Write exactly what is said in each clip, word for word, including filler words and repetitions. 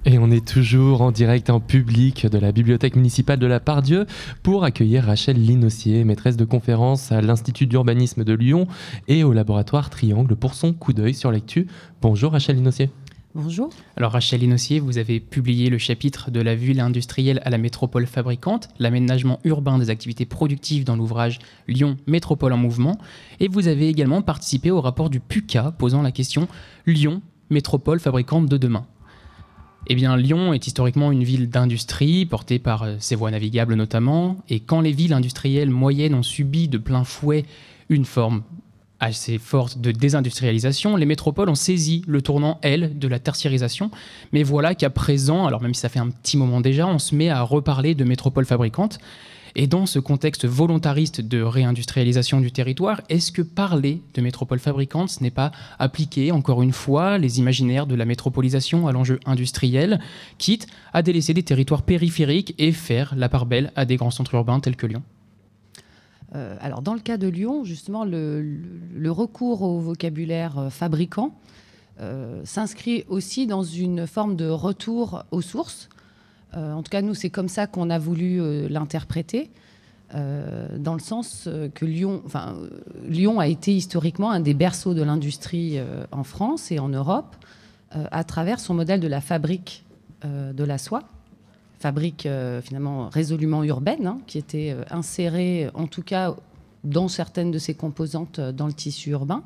Et on est toujours en direct en public de la bibliothèque municipale de la Part-Dieu pour accueillir Rachel Linossier, maîtresse de conférence à l'Institut d'urbanisme de Lyon et au laboratoire Triangle pour son coup d'œil sur l'actu. Bonjour Rachel Linossier. Bonjour. Alors Rachel Linossier, vous avez publié le chapitre de la ville industrielle à la métropole fabricante, l'aménagement urbain des activités productives dans l'ouvrage Lyon Métropole en mouvement, et vous avez également participé au rapport du PUCA posant la question Lyon Métropole fabricante de demain. Eh bien, Lyon est historiquement une ville d'industrie, portée par ses voies navigables notamment, et quand les villes industrielles moyennes ont subi de plein fouet une forme assez forte de désindustrialisation, les métropoles ont saisi le tournant, elles, de la tertiarisation. Mais voilà qu'à présent, alors même si ça fait un petit moment déjà, on se met à reparler de métropoles fabricantes. Et dans ce contexte volontariste de réindustrialisation du territoire, est-ce que parler de métropole fabricante, ce n'est pas appliquer, encore une fois, les imaginaires de la métropolisation à l'enjeu industriel, quitte à délaisser des territoires périphériques et faire la part belle à des grands centres urbains tels que Lyon ? Euh, alors, dans le cas de Lyon, justement, le, le, le recours au vocabulaire euh, fabricant euh, s'inscrit aussi dans une forme de retour aux sources. Euh, en tout cas, nous, c'est comme ça qu'on a voulu euh, l'interpréter, euh, dans le sens euh, que Lyon, enfin, euh, Lyon a été historiquement un des berceaux de l'industrie euh, en France et en Europe, euh, à travers son modèle de la fabrique euh, de la soie, fabrique euh, finalement résolument urbaine, hein, qui était euh, insérée, en tout cas dans certaines de ses composantes, euh, dans le tissu urbain.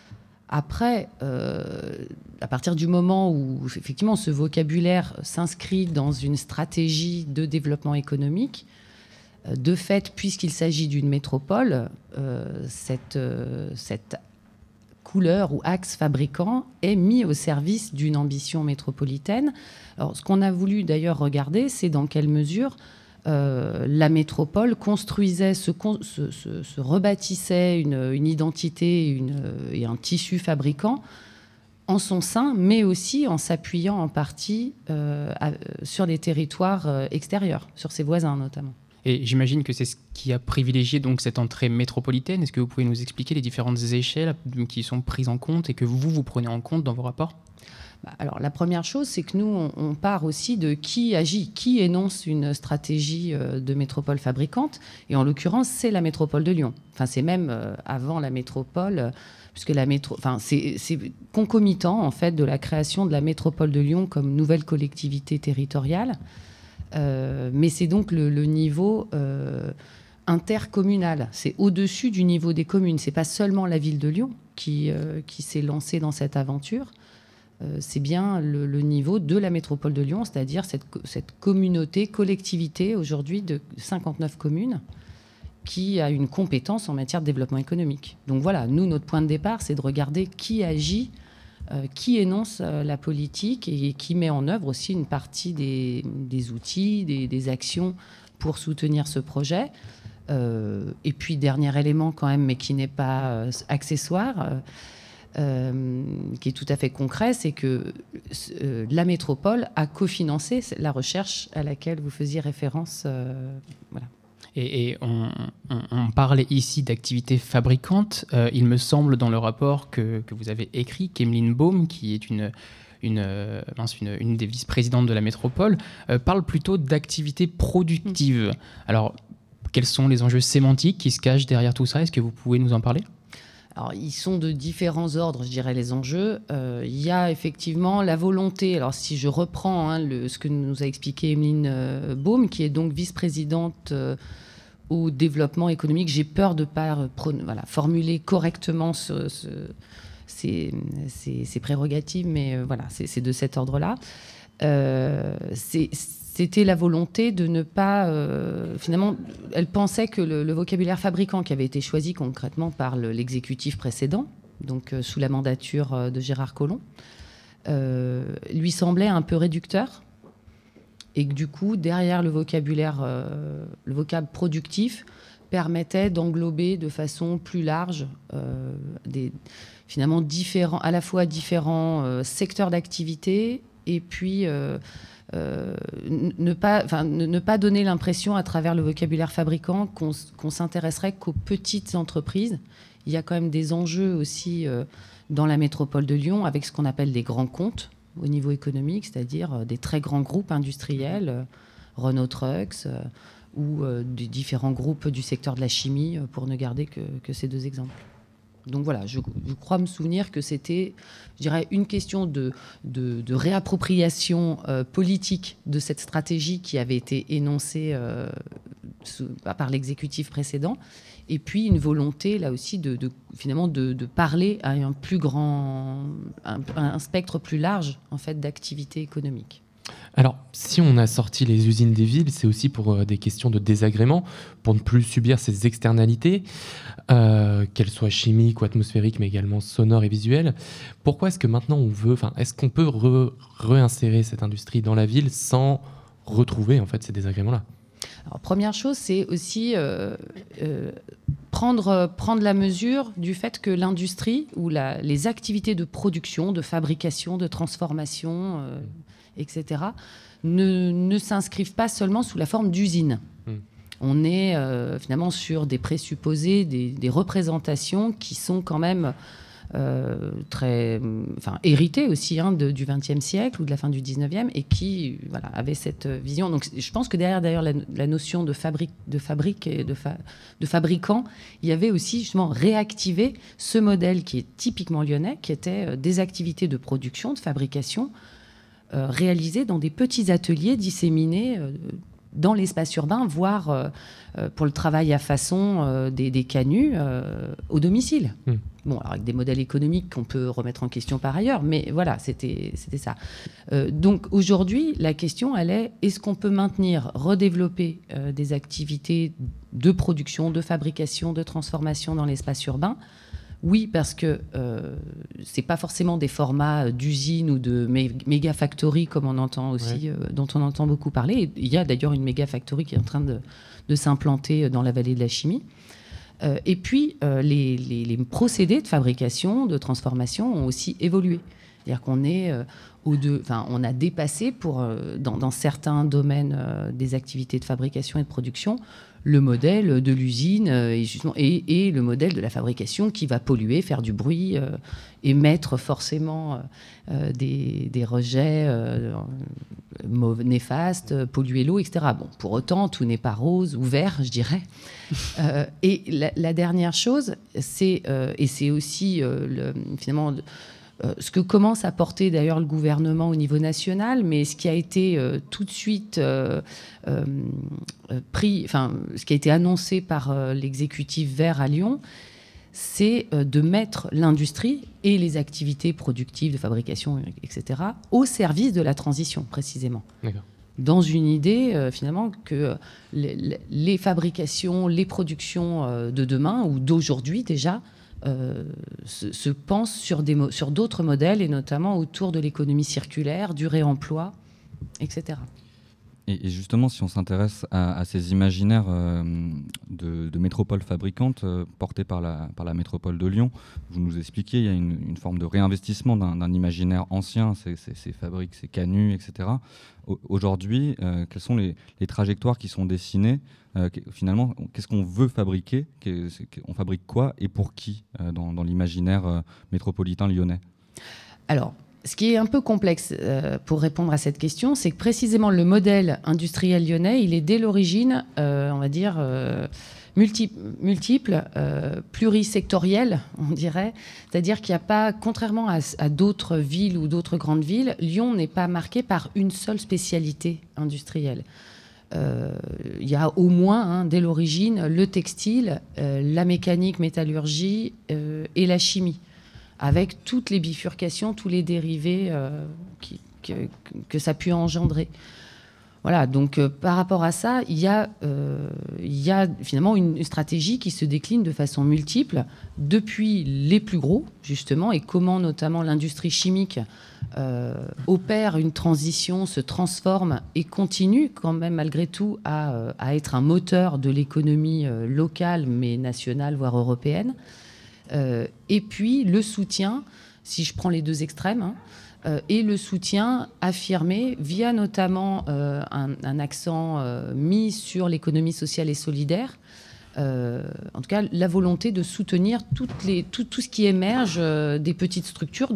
Après, euh, à partir du moment où effectivement ce vocabulaire s'inscrit dans une stratégie de développement économique, euh, de fait, puisqu'il s'agit d'une métropole, euh, cette, euh, cette couleur ou axe fabricant est mis au service d'une ambition métropolitaine. Alors, ce qu'on a voulu d'ailleurs regarder, c'est dans quelle mesure Euh, la métropole construisait, se, se, se, se rebâtissait une, une identité une, et un tissu fabricant en son sein, mais aussi en s'appuyant en partie euh, à, sur les territoires euh, extérieurs, sur ses voisins notamment. Et j'imagine que c'est ce qui a privilégié donc cette entrée métropolitaine. Est-ce que vous pouvez nous expliquer les différentes échelles qui sont prises en compte et que vous, vous prenez en compte dans vos rapports ? Alors, la première chose, c'est que nous, on, on part aussi de qui agit, qui énonce une stratégie euh, de métropole fabricante. Et en l'occurrence, c'est la métropole de Lyon. Enfin, c'est même euh, avant la métropole, euh, puisque la métro... enfin, c'est, c'est concomitant, en fait, de la création de la métropole de Lyon comme nouvelle collectivité territoriale. Euh, mais c'est donc le, le niveau euh, intercommunal. C'est au-dessus du niveau des communes. C'est pas seulement la ville de Lyon qui, euh, qui s'est lancée dans cette aventure. Euh, c'est bien le, le niveau de la métropole de Lyon, c'est-à-dire cette, cette communauté, collectivité aujourd'hui de cinquante-neuf communes qui a une compétence en matière de développement économique. Donc voilà, nous, notre point de départ, c'est de regarder qui agit, euh, qui énonce euh, la politique et, et qui met en œuvre aussi une partie des, des outils, des, des actions pour soutenir ce projet. Euh, et puis, dernier élément quand même, mais qui n'est pas euh, accessoire, euh, Euh, qui est tout à fait concret, c'est que euh, la métropole a cofinancé la recherche à laquelle vous faisiez référence. Euh, voilà. Et, et on, on, on parle ici d'activités fabricantes. Euh, il me semble dans le rapport que, que vous avez écrit qu'Emeline Baum, qui est une, une, euh, mince, une, une des vice-présidentes de la métropole, euh, parle plutôt d'activités productives. Alors, quels sont les enjeux sémantiques qui se cachent derrière tout ça ? Est-ce que vous pouvez nous en parler ? Alors, ils sont de différents ordres, je dirais, les enjeux. Euh, il y a effectivement la volonté, alors si je reprends hein, le, ce que nous a expliqué Emeline euh, Baum, qui est donc vice-présidente euh, au développement économique, j'ai peur de ne pas euh, pro- voilà, formuler correctement ce, ce, ces, ces, ces prérogatives, mais euh, voilà, c'est, c'est de cet ordre-là. Euh, c'est... C'était la volonté de ne pas... Euh, finalement, elle pensait que le, le vocabulaire fabricant qui avait été choisi concrètement par le, l'exécutif précédent, donc euh, sous la mandature euh, de Gérard Collomb, euh, lui semblait un peu réducteur. Et que du coup, derrière le vocabulaire, euh, le vocable productif, permettait d'englober de façon plus large euh, des, finalement, différents, à la fois différents euh, secteurs d'activité et puis... Euh, Euh, ne, pas, enfin, ne, ne pas donner l'impression à travers le vocabulaire fabricant qu'on, qu'on s'intéresserait qu'aux petites entreprises. Il y a quand même des enjeux aussi euh, dans la métropole de Lyon avec ce qu'on appelle des grands comptes. au niveau économique, c'est-à-dire euh, des très grands groupes industriels, euh, Renault Trucks, euh, ou euh, des différents groupes du secteur de la chimie, euh, pour ne garder que, que ces deux exemples. Donc voilà, je, je crois me souvenir que c'était, je dirais, une question de, de, de réappropriation euh, politique de cette stratégie qui avait été énoncée euh, sous, par l'exécutif précédent, et puis une volonté, là aussi, de, de, finalement, de, de parler à un plus grand, un, un spectre plus large, en fait, d'activités économiques. Alors, si on a sorti les usines des villes, c'est aussi pour euh, des questions de désagrément, pour ne plus subir ces externalités, euh, qu'elles soient chimiques ou atmosphériques, mais également sonores et visuelles. Pourquoi est-ce que maintenant on veut, enfin, est-ce qu'on peut re- réinsérer cette industrie dans la ville sans retrouver en fait ces désagréments-là ? Alors, première chose, c'est aussi euh, euh, prendre, prendre la mesure du fait que l'industrie ou la, les activités de production, de fabrication, de transformation, euh, et cetera, ne, ne s'inscrivent pas seulement sous la forme d'usines. Mmh. On est euh, finalement sur des présupposés, des, des représentations qui sont quand même euh, très, enfin, héritées aussi hein, de, du vingtième siècle ou de la fin du dix-neuvième, et qui voilà, avaient cette vision. Donc je pense que derrière d'ailleurs la, la notion de fabrique, de fabrique et de, fa, de fabricant, il y avait aussi justement réactivé ce modèle qui est typiquement lyonnais, qui était des activités de production, de fabrication, Euh, réalisés dans des petits ateliers disséminés euh, dans l'espace urbain, voire euh, euh, pour le travail à façon euh, des, des canuts euh, au domicile. Mmh. Bon, alors avec des modèles économiques qu'on peut remettre en question par ailleurs, mais voilà, c'était, c'était ça. Euh, donc aujourd'hui, la question, elle est, est-ce qu'on peut maintenir, redévelopper euh, des activités de production, de fabrication, de transformation dans l'espace urbain ? Oui, parce que euh, ce n'est pas forcément des formats d'usines ou de méga factory comme on entend aussi, ouais. euh, dont on entend beaucoup parler. Il y a d'ailleurs une méga factory qui est en train de, de s'implanter dans la vallée de la chimie. Euh, et puis, euh, les, les, les procédés de fabrication, de transformation ont aussi évolué. C'est-à-dire qu'on est, euh, au de, enfin, on a dépassé pour, euh, dans, dans certains domaines euh, des activités de fabrication et de production, le modèle de l'usine euh, et, et, et le modèle de la fabrication qui va polluer, faire du bruit, euh, émettre forcément euh, des, des rejets euh, mauvais, néfastes, polluer l'eau, et cetera. Bon, pour autant, tout n'est pas rose ou vert, je dirais. Euh, et la, la dernière chose, c'est, euh, et c'est aussi euh, le, finalement... Euh, ce que commence à porter d'ailleurs le gouvernement au niveau national, mais ce qui a été euh, tout de suite euh, euh, pris, enfin, ce qui a été annoncé par euh, l'exécutif vert à Lyon, c'est euh, de mettre l'industrie et les activités productives de fabrication, et cetera, au service de la transition, précisément. D'accord. Dans une idée, euh, finalement, que les, les fabrications, les productions euh, de demain, ou d'aujourd'hui déjà, Euh, se, se pense sur, des, sur d'autres modèles, et notamment autour de l'économie circulaire, du réemploi, et cetera. Et, et justement, si on s'intéresse à, à ces imaginaires euh, de, de métropoles fabricantes euh, portés par la, par la métropole de Lyon, vous nous expliquiez, il y a une, une forme de réinvestissement d'un, d'un imaginaire ancien, ces, ces, ces fabriques, ces canuts, et cetera. O- aujourd'hui, euh, quelles sont les, les trajectoires qui sont dessinées ? Euh, finalement, qu'est-ce qu'on veut fabriquer ? On fabrique quoi et pour qui euh, dans, dans l'imaginaire euh, métropolitain lyonnais ? Alors, ce qui est un peu complexe euh, pour répondre à cette question, c'est que précisément le modèle industriel lyonnais, il est dès l'origine, euh, on va dire, euh, multi, multiple, euh, plurisectoriel, on dirait. C'est-à-dire qu'il n'y a pas, contrairement à, à d'autres villes ou d'autres grandes villes, Lyon n'est pas marqué par une seule spécialité industrielle. Euh, il y a au moins, hein, dès l'origine, le textile, euh, la mécanique, métallurgie euh, et la chimie, avec toutes les bifurcations, tous les dérivés euh, qui, que, que ça a pu engendrer. Voilà, donc euh, par rapport à ça, il y a, euh, il y a finalement une, une stratégie qui se décline de façon multiple, depuis les plus gros, justement, et comment notamment l'industrie chimique euh, opère une transition, se transforme et continue quand même malgré tout à, euh, à être un moteur de l'économie euh, locale, mais nationale, voire européenne. Euh, et puis le soutien, si je prends les deux extrêmes, hein, euh, et le soutien affirmé via notamment euh, un, un accent euh, mis sur l'économie sociale et solidaire, euh, en tout cas la volonté de soutenir toutes les, tout, tout ce qui émerge euh, des petites structures dont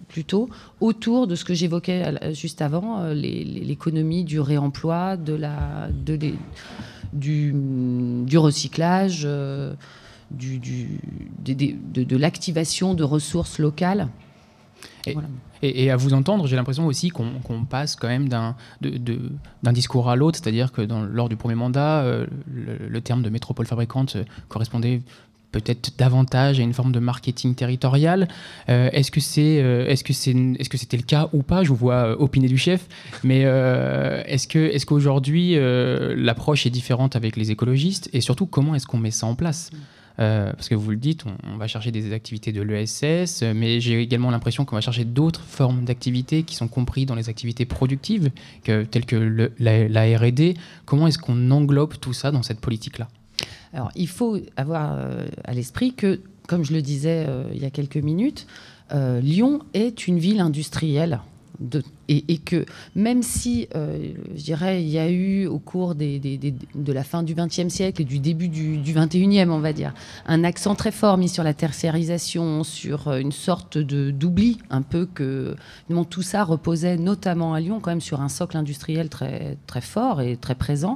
plutôt autour de ce que j'évoquais juste avant, les, les, l'économie du réemploi, de la, de les, du, du recyclage, euh, du, du, de, de, de, de l'activation de ressources locales. Et, voilà. et, et à vous entendre, j'ai l'impression aussi qu'on, qu'on passe quand même d'un, de, de, d'un discours à l'autre, c'est-à-dire que dans, lors du premier mandat, euh, le, le terme de métropole fabricante euh, correspondait peut-être davantage à une forme de marketing territorial. Euh, est-ce que c'est, euh, est-ce que c'est, est-ce que c'était le cas ou pas ? Je vous vois euh, opiner du chef, mais euh, est-ce que, est-ce qu'aujourd'hui euh, l'approche est différente avec les écologistes, et surtout comment est-ce qu'on met ça en place ? Euh, parce que vous le dites, on, on va chercher des activités de l'E S S, mais j'ai également l'impression qu'on va chercher d'autres formes d'activités qui sont comprises dans les activités productives, que, telles que le, la, la R et D. Comment est-ce qu'on englobe tout ça dans cette politique-là ? Alors, il faut avoir euh, à l'esprit que, comme je le disais euh, il y a quelques minutes, euh, Lyon est une ville industrielle. De, et, et que même si, euh, je dirais, il y a eu au cours des, des, des, de la fin du vingtième siècle et du début du, du vingt et unième, on va dire, un accent très fort mis sur la tertiarisation, sur une sorte de, d'oubli, un peu que bon, tout ça reposait notamment à Lyon, quand même, sur un socle industriel très, très fort et très présent.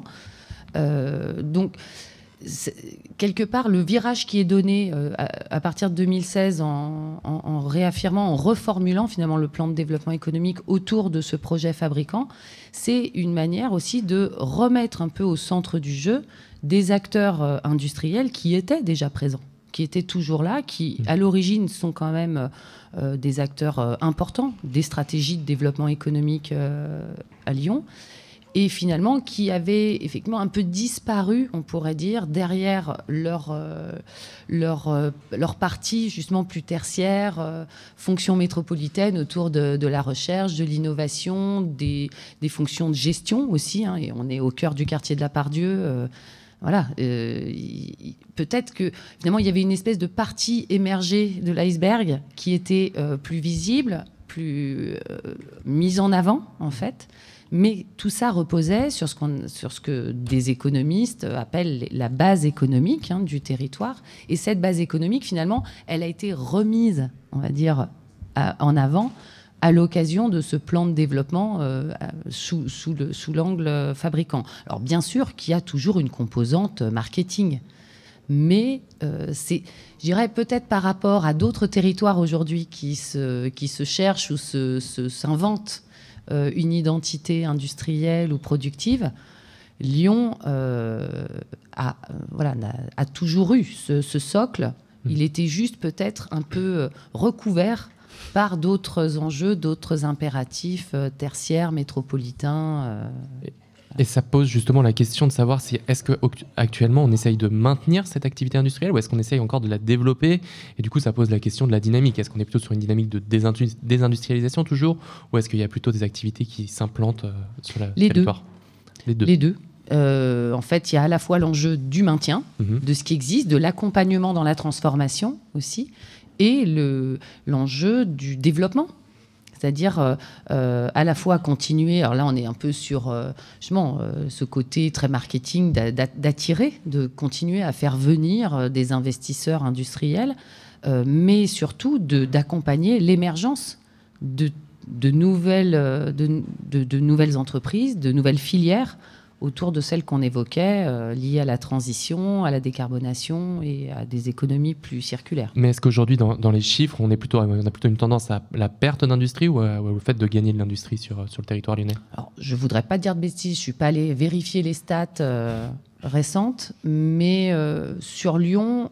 Euh, donc, c'est, quelque part, le virage qui est donné euh, à, à partir de deux mille seize en, en, en réaffirmant, en reformulant finalement le plan de développement économique autour de ce projet fabricant, c'est une manière aussi de remettre un peu au centre du jeu des acteurs euh, industriels qui étaient déjà présents, qui étaient toujours là, qui à l'origine sont quand même euh, des acteurs euh, importants des stratégies de développement économique euh, à Lyon. Et finalement, qui avaient effectivement un peu disparu, on pourrait dire, derrière leur, euh, leur, euh, leur partie justement plus tertiaire, euh, fonction métropolitaine autour de, de la recherche, de l'innovation, des, des fonctions de gestion aussi. Hein, et on est au cœur du quartier de la Part-Dieu. Euh, voilà. Euh, y, peut-être que finalement, il y avait une espèce de partie émergée de l'iceberg qui était euh, plus visible, plus euh, mise en avant, en fait. Mais tout ça reposait sur ce, qu'on, sur ce que des économistes appellent la base économique hein, du territoire. Et cette base économique, finalement, elle a été remise, on va dire, à, en avant à l'occasion de ce plan de développement euh, sous, sous, le, sous l'angle fabricant. Alors, bien sûr qu'il y a toujours une composante marketing. Mais euh, c'est, je dirais, peut-être par rapport à d'autres territoires aujourd'hui qui se, qui se cherchent ou se, se, s'inventent Euh, une identité industrielle ou productive, Lyon euh, a, euh, voilà, a, a toujours eu ce, ce socle. Mmh. Il était juste peut-être un peu recouvert par d'autres enjeux, d'autres impératifs euh, tertiaires, métropolitains. Euh, Et ça pose justement la question de savoir si est-ce qu'actuellement on essaye de maintenir cette activité industrielle ou est-ce qu'on essaye encore de la développer. Et du coup, ça pose la question de la dynamique. Est-ce qu'on est plutôt sur une dynamique de désindu- désindustrialisation toujours, ou est-ce qu'il y a plutôt des activités qui s'implantent euh, sur la Les territoire ? deux. Les deux. Les deux. Euh, en fait, il y a à la fois l'enjeu du maintien, mmh. de ce qui existe, de l'accompagnement dans la transformation aussi, et le, l'enjeu du développement. C'est-à-dire euh, euh, à la fois continuer, alors là on est un peu sur euh, justement euh, ce côté très marketing d'a, d'attirer, de continuer à faire venir euh, des investisseurs industriels, euh, mais surtout de, d'accompagner l'émergence de, de, nouvelles, euh, de, de, de nouvelles entreprises, de nouvelles filières autour de celles qu'on évoquait, euh, liées à la transition, à la décarbonation et à des économies plus circulaires. Mais est-ce qu'aujourd'hui, dans, dans les chiffres, on, est plutôt, on a plutôt une tendance à la perte d'industrie ou, à, ou au fait de gagner de l'industrie sur, sur le territoire lyonnais ? Alors, je ne voudrais pas dire de bêtises, je ne suis pas allée vérifier les stats euh, récentes, mais euh, sur Lyon,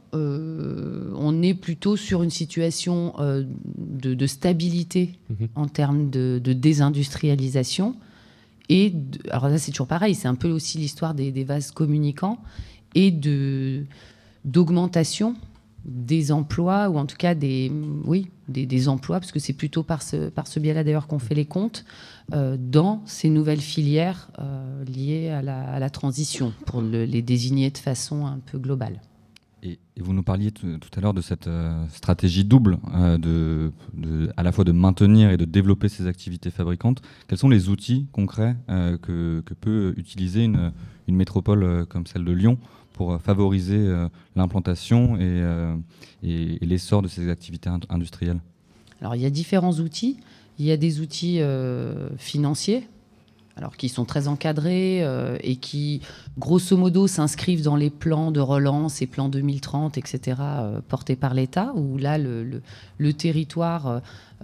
euh, on est plutôt sur une situation euh, de, de stabilité mmh. en termes de, de désindustrialisation. Et de, alors là, c'est toujours pareil, c'est un peu aussi l'histoire des, des vases communicants et de, d'augmentation des emplois, ou en tout cas des, oui, des, des emplois, parce que c'est plutôt par ce, par ce biais-là d'ailleurs qu'on fait les comptes, euh, dans ces nouvelles filières euh, liées à la, à la transition, pour le, les désigner de façon un peu globale. Et, et vous nous parliez t- tout à l'heure de cette euh, stratégie double, euh, de, de, à la fois de maintenir et de développer ces activités fabricantes. Quels sont les outils concrets euh, que, que peut utiliser une, une métropole euh, comme celle de Lyon pour euh, favoriser euh, l'implantation et, euh, et, et l'essor de ces activités ind- industrielles ? Alors, il y a différents outils. Il y a des outils euh, financiers, alors qui sont très encadrés euh, et qui, grosso modo, s'inscrivent dans les plans de relance et plans deux mille trente, et cetera, euh, portés par l'État, où là, le, le, le territoire,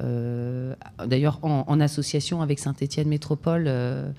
euh, d'ailleurs en, en association avec Saint-Étienne Métropole, euh,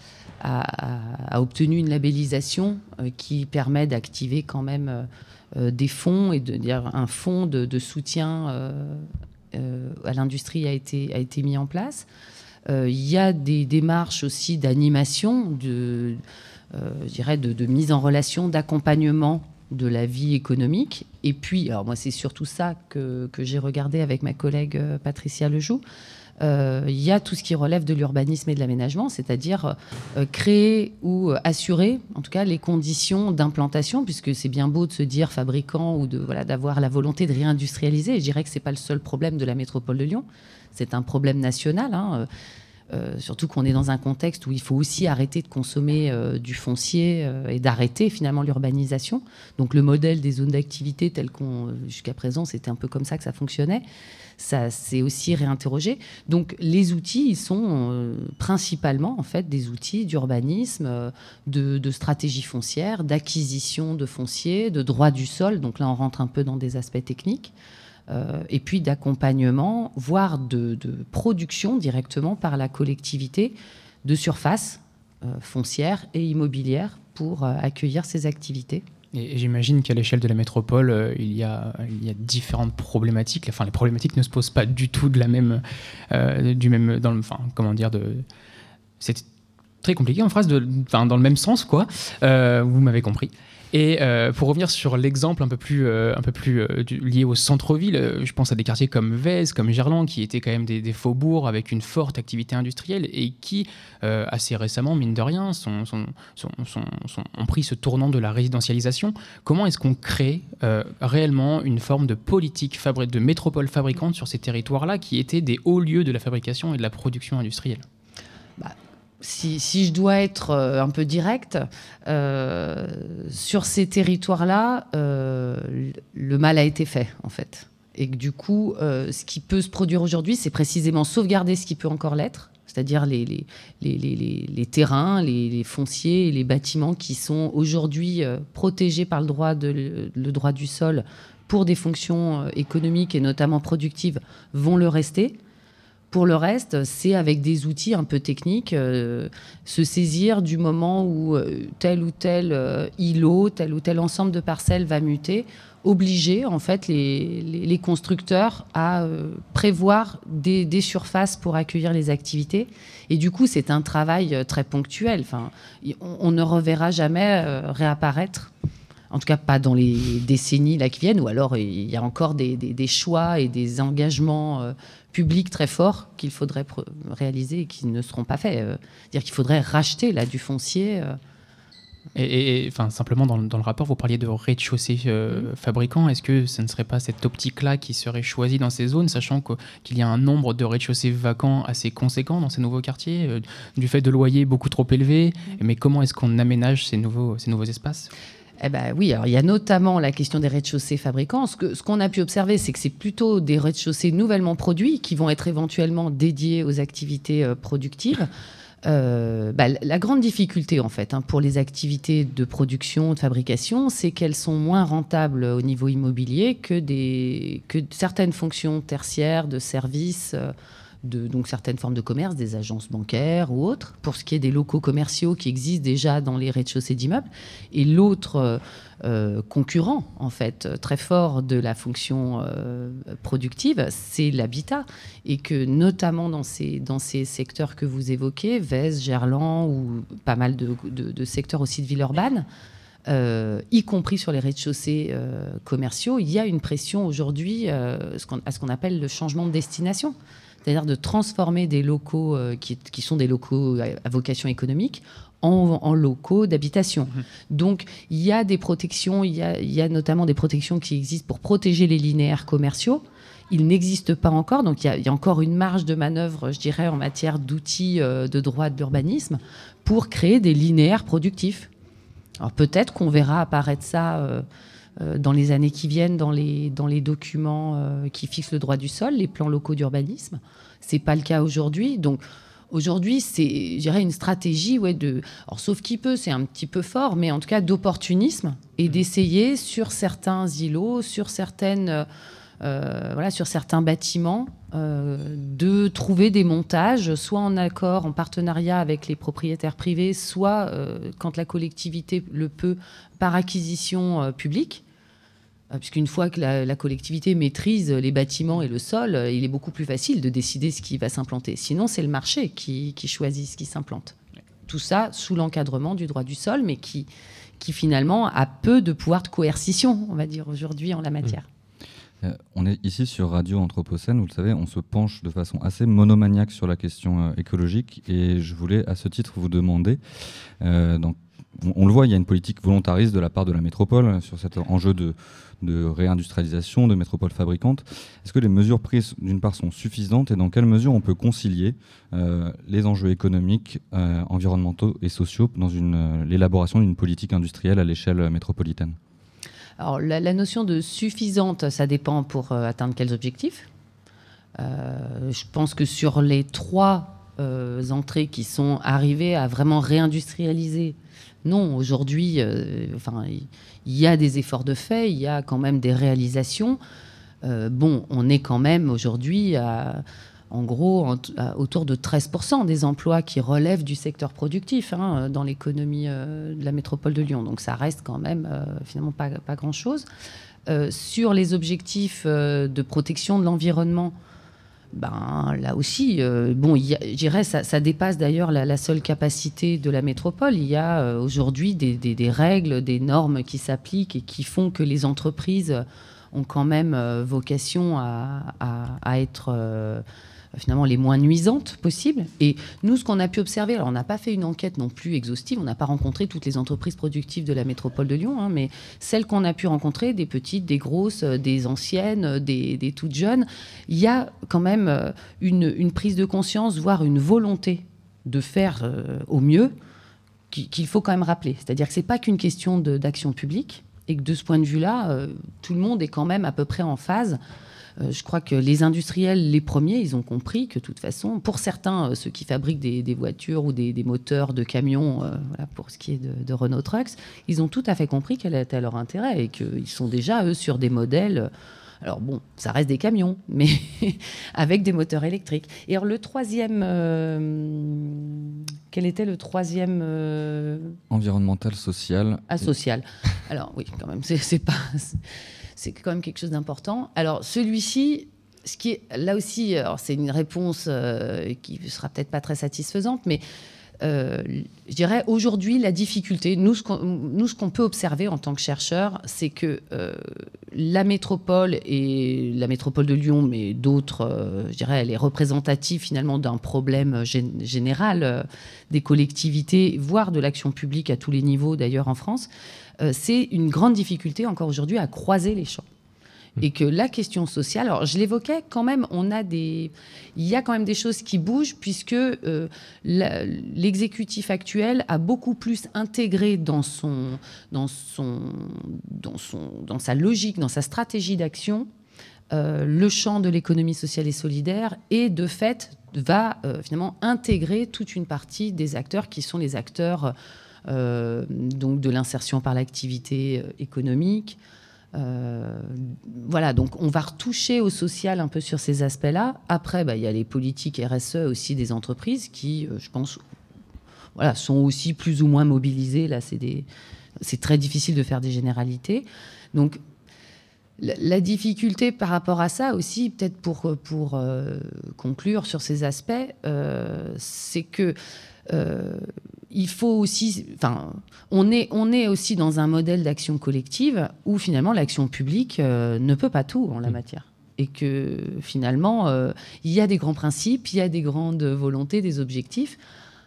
a, a, a obtenu une labellisation euh, qui permet d'activer quand même euh, des fonds, et de dire un fonds de, de soutien euh, euh, à l'industrie a été, a été mis en place. Il euh, y a des démarches aussi d'animation, de, euh, je dirais de, de mise en relation, d'accompagnement de la vie économique. Et puis, alors moi, c'est surtout ça que, que j'ai regardé avec ma collègue euh, Patricia Lejoux. Il euh, y a tout ce qui relève de l'urbanisme et de l'aménagement, c'est-à-dire euh, créer ou assurer, en tout cas, les conditions d'implantation, puisque c'est bien beau de se dire fabricant ou de, voilà, d'avoir la volonté de réindustrialiser. Et je dirais que ce n'est pas le seul problème de la métropole de Lyon. C'est un problème national, hein, euh, surtout qu'on est dans un contexte où il faut aussi arrêter de consommer euh, du foncier euh, et d'arrêter finalement l'urbanisation. Donc le modèle des zones d'activité tel qu'on, jusqu'à présent, c'était un peu comme ça que ça fonctionnait. Ça s'est aussi réinterrogé. Donc les outils, ils sont euh, principalement en fait des outils d'urbanisme, euh, de, de stratégie foncière, d'acquisition de foncier, de droit du sol. Donc là, on rentre un peu dans des aspects techniques. Euh, et puis d'accompagnement, voire de, de production directement par la collectivité de surface euh, foncière et immobilière pour euh, accueillir ces activités. Et, et j'imagine qu'à l'échelle de la métropole, euh, il, y a, il y a différentes problématiques. Enfin, les problématiques ne se posent pas du tout de la même, euh, du même, dans le, enfin, comment dire, de, c'est très compliqué en phrase, de, enfin, dans le même sens, quoi. Euh, vous m'avez compris. Et euh, pour revenir sur l'exemple un peu plus, euh, un peu plus euh, du, lié au centre-ville, euh, je pense à des quartiers comme Vèze, comme Gerland, qui étaient quand même des, des faubourgs avec une forte activité industrielle et qui, euh, assez récemment, mine de rien, sont, sont, sont, sont, sont, ont pris ce tournant de la résidentialisation. Comment est-ce qu'on crée euh, réellement une forme de politique fabri- de métropole fabricante sur ces territoires-là qui étaient des hauts lieux de la fabrication et de la production industrielle ? Bah. Si, si je dois être euh, un peu directe, euh, sur ces territoires-là, euh, le mal a été fait, en fait. Et que du coup, euh, ce qui peut se produire aujourd'hui, c'est précisément sauvegarder ce qui peut encore l'être, c'est-à-dire les, les, les, les, les, les terrains, les, les fonciers et les bâtiments qui sont aujourd'hui euh, protégés par le droit, de, le droit du sol pour des fonctions euh, économiques et notamment productives, vont le rester. Pour le reste, c'est avec des outils un peu techniques, euh, se saisir du moment où euh, tel ou tel euh, îlot, tel ou tel ensemble de parcelles va muter, obliger en fait les, les, les constructeurs à euh, prévoir des, des surfaces pour accueillir les activités. Et du coup, c'est un travail euh, très ponctuel. Enfin, on, on ne reverra jamais euh, réapparaître. En tout cas, pas dans les décennies là, qui viennent, ou alors il y a encore des, des, des choix et des engagements euh, publics très forts qu'il faudrait pr- réaliser et qui ne seront pas faits. Euh, c'est-à-dire qu'il faudrait racheter là, du foncier. Euh. Et, et enfin, simplement, dans, dans le rapport, vous parliez de rez-de-chaussée euh, mmh. fabricant. Est-ce que ce ne serait pas cette optique-là qui serait choisie dans ces zones, sachant que, qu'il y a un nombre de rez-de-chaussée vacants assez conséquent dans ces nouveaux quartiers, euh, du fait de loyers beaucoup trop élevés? Mmh. Mais comment est-ce qu'on aménage ces nouveaux, ces nouveaux espaces? Eh ben oui, alors il y a notamment la question des rez-de-chaussée fabricants. Ce, que, ce qu'on a pu observer, c'est que c'est plutôt des rez-de-chaussée nouvellement produits qui vont être éventuellement dédiés aux activités euh, productives. Euh, bah, la grande difficulté, en fait, hein, pour les activités de production, de fabrication, c'est qu'elles sont moins rentables au niveau immobilier que, des, que certaines fonctions tertiaires de services, euh, de donc certaines formes de commerce, des agences bancaires ou autres, pour ce qui est des locaux commerciaux qui existent déjà dans les rez-de-chaussée d'immeubles. Et l'autre euh, concurrent, en fait, très fort de la fonction euh, productive, c'est l'habitat. Et que notamment dans ces, dans ces secteurs que vous évoquez, Vèze, Gerland ou pas mal de, de, de secteurs aussi de Villeurbanne, Euh, y compris sur les rez-de-chaussée euh, commerciaux, il y a une pression aujourd'hui euh, ce qu'on, à ce qu'on appelle le changement de destination. C'est-à-dire de transformer des locaux euh, qui, qui sont des locaux à vocation économique en, en locaux d'habitation. Mmh. Donc, il y a des protections, il y a, il y a notamment des protections qui existent pour protéger les linéaires commerciaux. Ils n'existent pas encore, donc il y a, il y a encore une marge de manœuvre, je dirais, en matière d'outils euh, de droit de l'urbanisme pour créer des linéaires productifs. Alors peut-être qu'on verra apparaître ça euh, euh, dans les années qui viennent dans les, dans les documents euh, qui fixent le droit du sol, les plans locaux d'urbanisme. Ce n'est pas le cas aujourd'hui. Donc, aujourd'hui, c'est, je dirais, une stratégie, ouais, de, alors, sauf qui peut, c'est un petit peu fort, mais en tout cas d'opportunisme et d'essayer sur certains îlots, sur certaines, euh, voilà, sur certains bâtiments, euh, de trouver des montages, soit en accord, en partenariat avec les propriétaires privés, soit euh, quand la collectivité le peut, par acquisition euh, publique. Puisqu'une fois que la, la collectivité maîtrise les bâtiments et le sol, il est beaucoup plus facile de décider ce qui va s'implanter. Sinon, c'est le marché qui, qui choisit ce qui s'implante. Tout ça sous l'encadrement du droit du sol, mais qui, qui finalement a peu de pouvoir de coercition, on va dire, aujourd'hui en la matière. Euh, on est ici sur Radio Anthropocène, vous le savez, on se penche de façon assez monomaniaque sur la question euh, écologique, et je voulais à ce titre vous demander, euh, donc, on, on le voit, il y a une politique volontariste de la part de la métropole sur cet enjeu de de réindustrialisation, de métropole fabricante. Est-ce que les mesures prises, d'une part, sont suffisantes et dans quelle mesure on peut concilier euh, les enjeux économiques, euh, environnementaux et sociaux dans une, euh, l'élaboration d'une politique industrielle à l'échelle métropolitaine ? Alors, la, la notion de suffisante, ça dépend pour euh, atteindre quels objectifs. Euh, je pense que sur les trois euh, entrées qui sont arrivées à vraiment réindustrialiser, non, aujourd'hui, euh, enfin, il y a des efforts de fait, il y a quand même des réalisations. Euh, bon, on est quand même aujourd'hui, à, en gros, en, à, autour de treize pour cent des emplois qui relèvent du secteur productif hein, dans l'économie euh, de la métropole de Lyon. Donc ça reste quand même euh, finalement pas, pas grand-chose. Euh, sur les objectifs euh, de protection de l'environnement, ben, là aussi, euh, bon, il y a, je dirais, ça, ça dépasse d'ailleurs la, la seule capacité de la métropole. Il y a euh, aujourd'hui des, des, des règles, des normes qui s'appliquent et qui font que les entreprises ont quand même euh, vocation à, à, à être euh, finalement les moins nuisantes possibles. Et nous, ce qu'on a pu observer, alors on n'a pas fait une enquête non plus exhaustive, on n'a pas rencontré toutes les entreprises productives de la métropole de Lyon, hein, mais celles qu'on a pu rencontrer, des petites, des grosses, des anciennes, des, des toutes jeunes, il y a quand même une, une prise de conscience, voire une volonté de faire euh, au mieux, qu'il faut quand même rappeler. C'est-à-dire que ce n'est pas qu'une question de, d'action publique, et que de ce point de vue-là, euh, tout le monde est quand même à peu près en phase. Euh, je crois que les industriels, les premiers, ils ont compris que de toute façon, pour certains, euh, ceux qui fabriquent des, des voitures ou des, des moteurs de camions, euh, voilà, pour ce qui est de, de Renault Trucks, ils ont tout à fait compris quel était leur intérêt et qu'ils sont déjà, eux, sur des modèles... Alors bon, ça reste des camions, mais avec des moteurs électriques. Et alors le troisième... Euh, quel était le troisième... Euh... Environnemental, social. Ah, social. Alors oui, quand même, c'est, c'est pas... C'est quand même quelque chose d'important. Alors, celui-ci, ce qui est là aussi, alors c'est une réponse euh, qui ne sera peut-être pas très satisfaisante, mais euh, je dirais aujourd'hui, la difficulté, nous ce, qu'on, nous, ce qu'on peut observer en tant que chercheurs, c'est que euh, la métropole, et la métropole de Lyon, mais d'autres, euh, je dirais, elle est représentative finalement d'un problème gén- général euh, des collectivités, voire de l'action publique à tous les niveaux d'ailleurs en France. Euh, c'est une grande difficulté encore aujourd'hui à croiser les champs. Et que la question sociale, alors je l'évoquais quand même, on a des, il y a quand même des choses qui bougent puisque euh, la, l'exécutif actuel a beaucoup plus intégré dans son, dans son, dans son, dans sa logique, dans sa stratégie d'action, euh, le champ de l'économie sociale et solidaire, et de fait va euh, finalement intégrer toute une partie des acteurs qui sont les acteurs Euh, donc de l'insertion par l'activité euh, économique. Euh, voilà, donc on va retoucher au social un peu sur ces aspects-là. Après, bah, y a les politiques R S E aussi des entreprises qui, euh, je pense, voilà, sont aussi plus ou moins mobilisées. Là, c'est, des, c'est très difficile de faire des généralités. Donc, la, la difficulté par rapport à ça aussi, peut-être pour, pour euh, conclure sur ces aspects, euh, c'est que Euh, il faut aussi, enfin, on est, on est aussi dans un modèle d'action collective où finalement l'action publique euh, ne peut pas tout en la matière. Et que finalement, euh, il y a des grands principes, il y a des grandes volontés, des objectifs.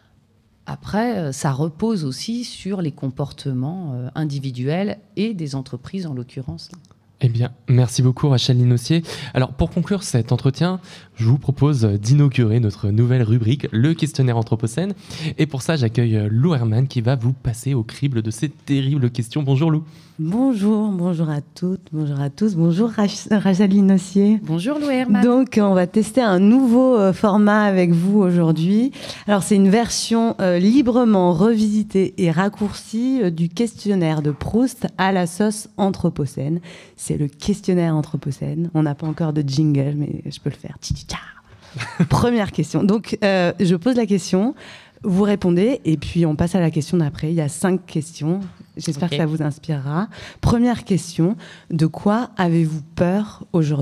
Après, ça repose aussi sur les comportements euh, individuels et des entreprises en l'occurrence. Eh bien, merci beaucoup Rachel Linossier. Alors, pour conclure cet entretien, je vous propose d'inaugurer notre nouvelle rubrique, le questionnaire Anthropocène. Et pour ça, j'accueille Lou Herman qui va vous passer au crible de ces terribles questions. Bonjour Lou. Bonjour, bonjour à toutes, bonjour à tous, bonjour Rach- Rachel Linossier. Bonjour Lou Herman. Donc, on va tester un nouveau euh, format avec vous aujourd'hui. Alors, c'est une version euh, librement revisitée et raccourcie euh, du questionnaire de Proust à la sauce Anthropocène. C'est le questionnaire Anthropocène. On n'a pas encore de jingle, mais je peux le faire. Tchi-tchi-tcha. Première question. Donc, euh, je pose la question, vous répondez, et puis on passe à la question d'après. Il y a cinq questions. J'espère okay. que ça vous inspirera. Première question, de quoi avez-vous peur aujourd'hui ?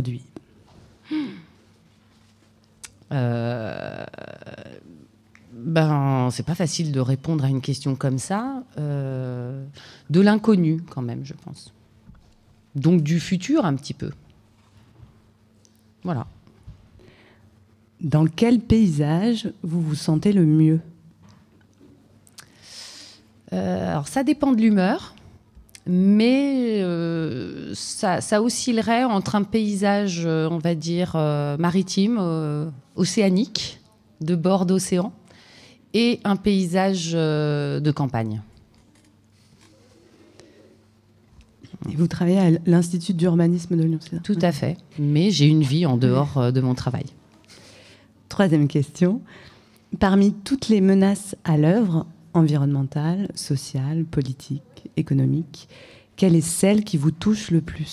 euh, Ben, c'est pas facile de répondre à une question comme ça. Euh, de l'inconnu, quand même, je pense. Donc du futur, un petit peu. Voilà. Dans quel paysage vous vous sentez le mieux ? Euh, alors ça dépend de l'humeur, mais euh, ça, ça oscillerait entre un paysage, euh, on va dire, euh, maritime, euh, océanique, de bord d'océan, et un paysage euh, de campagne. Et vous travaillez à l'Institut d'urbanisme de Lyon, c'est ça ? Tout à fait, mais j'ai une vie en dehors euh, de mon travail. Troisième question. Parmi toutes les menaces à l'œuvre, environnementale, sociale, politique, économique, quelle est celle qui vous touche le plus ?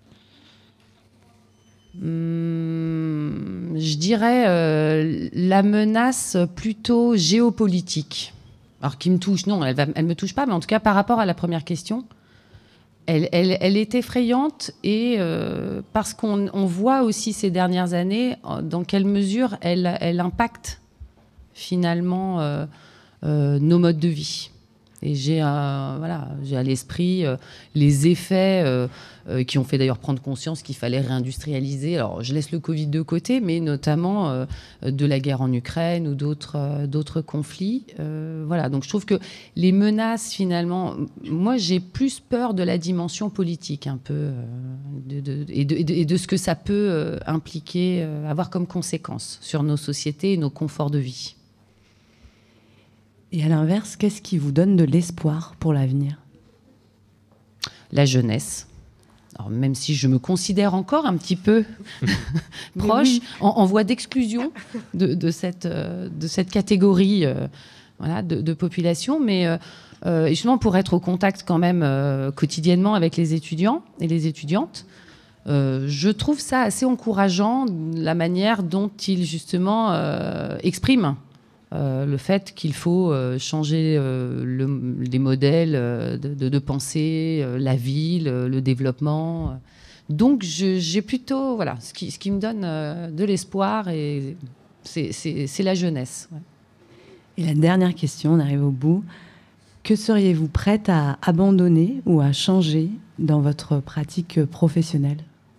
Hum, je dirais euh, la menace plutôt géopolitique. Alors qui me touche, non, elle ne me touche pas, mais en tout cas par rapport à la première question, elle, elle, elle est effrayante et euh, parce qu'on on voit aussi ces dernières années dans quelle mesure elle, elle impacte finalement euh, Euh, nos modes de vie. Et j'ai, euh, voilà, j'ai à l'esprit euh, les effets euh, euh, qui ont fait d'ailleurs prendre conscience qu'il fallait réindustrialiser. Alors, je laisse le Covid de côté, mais notamment euh, de la guerre en Ukraine ou d'autres, euh, d'autres conflits. Euh, voilà, donc je trouve que les menaces, finalement, moi, j'ai plus peur de la dimension politique, un peu, euh, de, de, et, de, et, de, et de ce que ça peut euh, impliquer, euh, avoir comme conséquence sur nos sociétés et nos conforts de vie. Et à l'inverse, qu'est-ce qui vous donne de l'espoir pour l'avenir ? La jeunesse. Alors, même si je me considère encore un petit peu proche, oui. en, en voie d'exclusion de, de, cette, de cette catégorie euh, voilà, de, de population, mais euh, justement pour être au contact quand même euh, quotidiennement avec les étudiants et les étudiantes, euh, je trouve ça assez encourageant, la manière dont ils justement euh, expriment Euh, le fait qu'il faut euh, changer euh, le, les modèles euh, de, de, de pensée, euh, la ville, euh, le développement. Donc je, j'ai plutôt, voilà, ce qui, ce qui me donne euh, de l'espoir, et c'est, c'est, c'est la jeunesse. Ouais. Et la dernière question, on arrive au bout. Que seriez-vous prête à abandonner ou à changer dans votre pratique professionnelle ?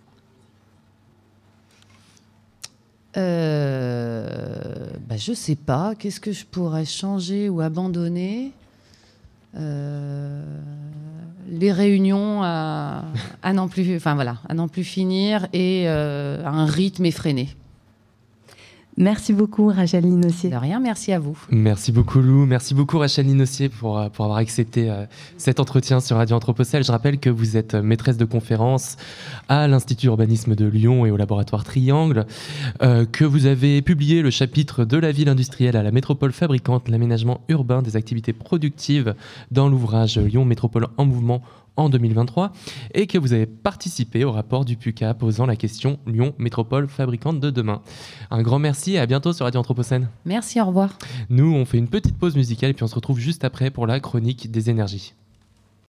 Euh, bah, je sais pas. Qu'est-ce que je pourrais changer ou abandonner ? euh, Les réunions à, à n'en plus, enfin voilà, à n'en plus finir et euh, à un rythme effréné. Merci beaucoup Rachel Linossier. De rien, merci à vous. Merci beaucoup Lou, merci beaucoup Rachel Linossier pour, pour avoir accepté euh, cet entretien sur Radio Anthropocène. Je rappelle que vous êtes maîtresse de conférence à l'Institut d'urbanisme de Lyon et au laboratoire Triangle, euh, que vous avez publié le chapitre de la ville industrielle à la métropole fabricante, l'aménagement urbain des activités productives dans l'ouvrage Lyon Métropole en mouvement en deux mille vingt-trois, et que vous avez participé au rapport du PUCA posant la question Lyon Métropole fabricante de demain. Un grand merci et à bientôt sur Radio Anthropocène. Merci, au revoir. Nous, on fait une petite pause musicale et puis on se retrouve juste après pour la chronique des énergies.